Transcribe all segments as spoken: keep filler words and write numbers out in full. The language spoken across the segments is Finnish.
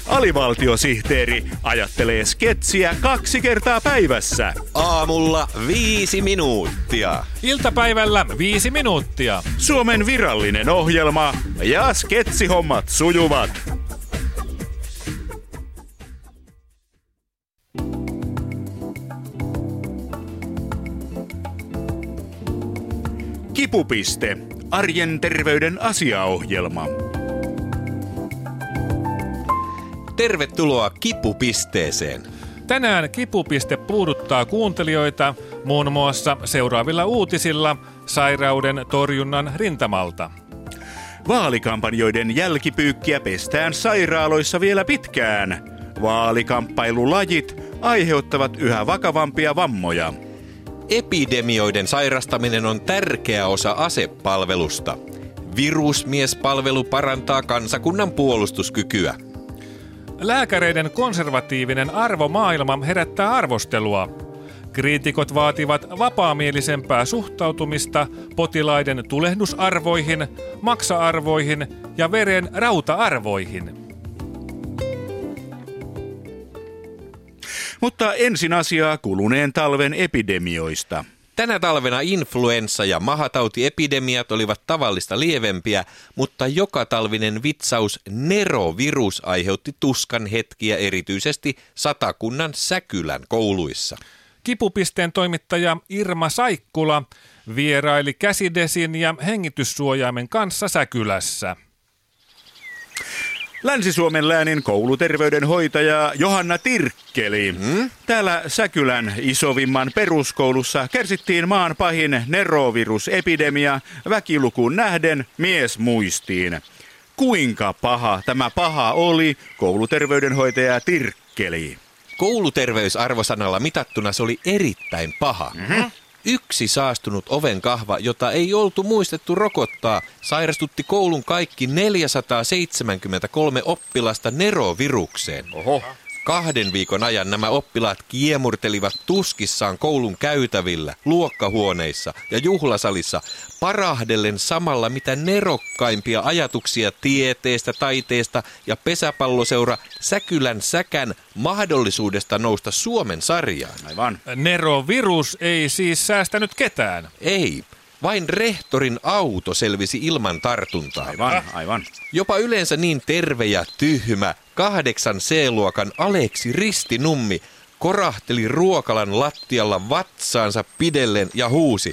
Alivaltiosihteeri ajattelee sketsiä kaksi kertaa päivässä. Aamulla viisi minuuttia. Iltapäivällä viisi minuuttia. Suomen virallinen ohjelma ja sketsihommat sujuvat. Kipupiste. Arjen terveyden asiaohjelma. Tervetuloa Kipupisteeseen. Tänään Kipupiste puuduttaa kuuntelijoita muun muassa seuraavilla uutisilla sairauden torjunnan rintamalta. Vaalikampanjoiden jälkipyykkiä pestään sairaaloissa vielä pitkään. Vaalikamppailulajit aiheuttavat yhä vakavampia vammoja. Epidemioiden sairastaminen on tärkeä osa asepalvelusta. Virusmiespalvelu parantaa kansakunnan puolustuskykyä. Lääkäreiden konservatiivinen arvomaailma herättää arvostelua. Kriitikot vaativat vapaamielisempää suhtautumista potilaiden tulehdusarvoihin, maksa-arvoihin ja veren rauta-arvoihin. Mutta ensin asiaa kuluneen talven epidemioista. Tänä talvena influenssa- ja mahatautiepidemiat olivat tavallista lievempiä, mutta joka talvinen vitsaus Nero-virus aiheutti tuskan hetkiä erityisesti Satakunnan Säkylän kouluissa. Kipupisteen toimittaja Irma Saikkula vieraili käsidesin ja hengityssuojaimen kanssa Säkylässä. Länsi-Suomen läänin kouluterveydenhoitaja Johanna Tirkkeli. Hmm? Täällä Säkylän Isovimman peruskoulussa kärsittiin maan pahin nerovirusepidemia väkilukuun nähden miesmuistiin. Kuinka paha tämä paha oli, kouluterveydenhoitaja Tirkkeli? Kouluterveysarvosanalla mitattuna se oli erittäin paha. Mm-hmm. Yksi saastunut ovenkahva, jota ei oltu muistettu rokottaa, sairastutti koulun kaikki neljäsataaseitsemänkymmentäkolme oppilasta nerovirukseen. Oho. Kahden viikon ajan nämä oppilaat kiemurtelivat tuskissaan koulun käytävillä, luokkahuoneissa ja juhlasalissa, parahdellen samalla mitä nerokkaimpia ajatuksia tieteestä, taiteesta ja pesäpalloseura Säkylän Säkän mahdollisuudesta nousta Suomen sarjaan. Aivan. Nerovirus ei siis säästänyt ketään. Ei. Vain rehtorin auto selvisi ilman tartuntaa. Aivan, aivan. Jopa yleensä niin terve ja tyhmä kahdeksan C-luokan Aleksi Ristinummi korahteli ruokalan lattialla vatsaansa pidellen ja huusi: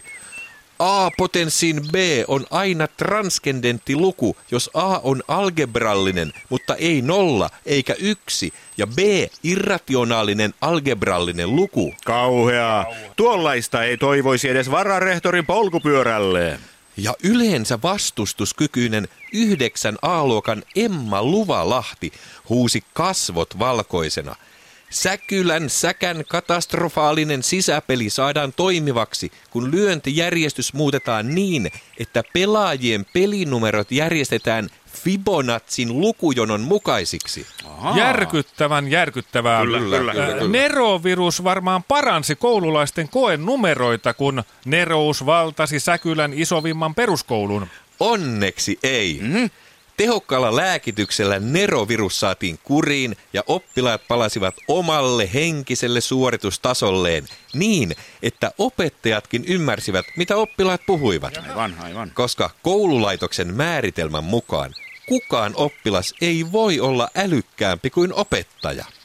A-potenssiin B on aina transcendentti luku, jos A on algebrallinen, mutta ei nolla eikä yksi, ja B irrationaalinen algebrallinen luku. Kauheaa. Tuollaista ei toivoisi edes vararehtorin polkupyörälle. Ja yleensä vastustuskykyinen yhdeksän A-luokan Emma Luvalahti huusi kasvot valkoisena: Säkylän Säkän katastrofaalinen sisäpeli saadaan toimivaksi, kun lyöntijärjestys muutetaan niin, että pelaajien pelinumerot järjestetään Fibonacin lukujonon mukaisiksi. Aha. Järkyttävän järkyttävää. Kyllä, kyllä, kyllä, kyllä. Nerovirus varmaan paransi koululaisten koenumeroita, kun nerous valtasi Säkylän Isovimman peruskoulun. Onneksi ei. Mm-hmm. Tehokkaalla lääkityksellä nerovirus saatiin kuriin ja oppilaat palasivat omalle henkiselle suoritustasolleen niin, että opettajatkin ymmärsivät, mitä oppilaat puhuivat. Aivan, aivan. Koska koululaitoksen määritelmän mukaan kukaan oppilas ei voi olla älykkäämpi kuin opettaja.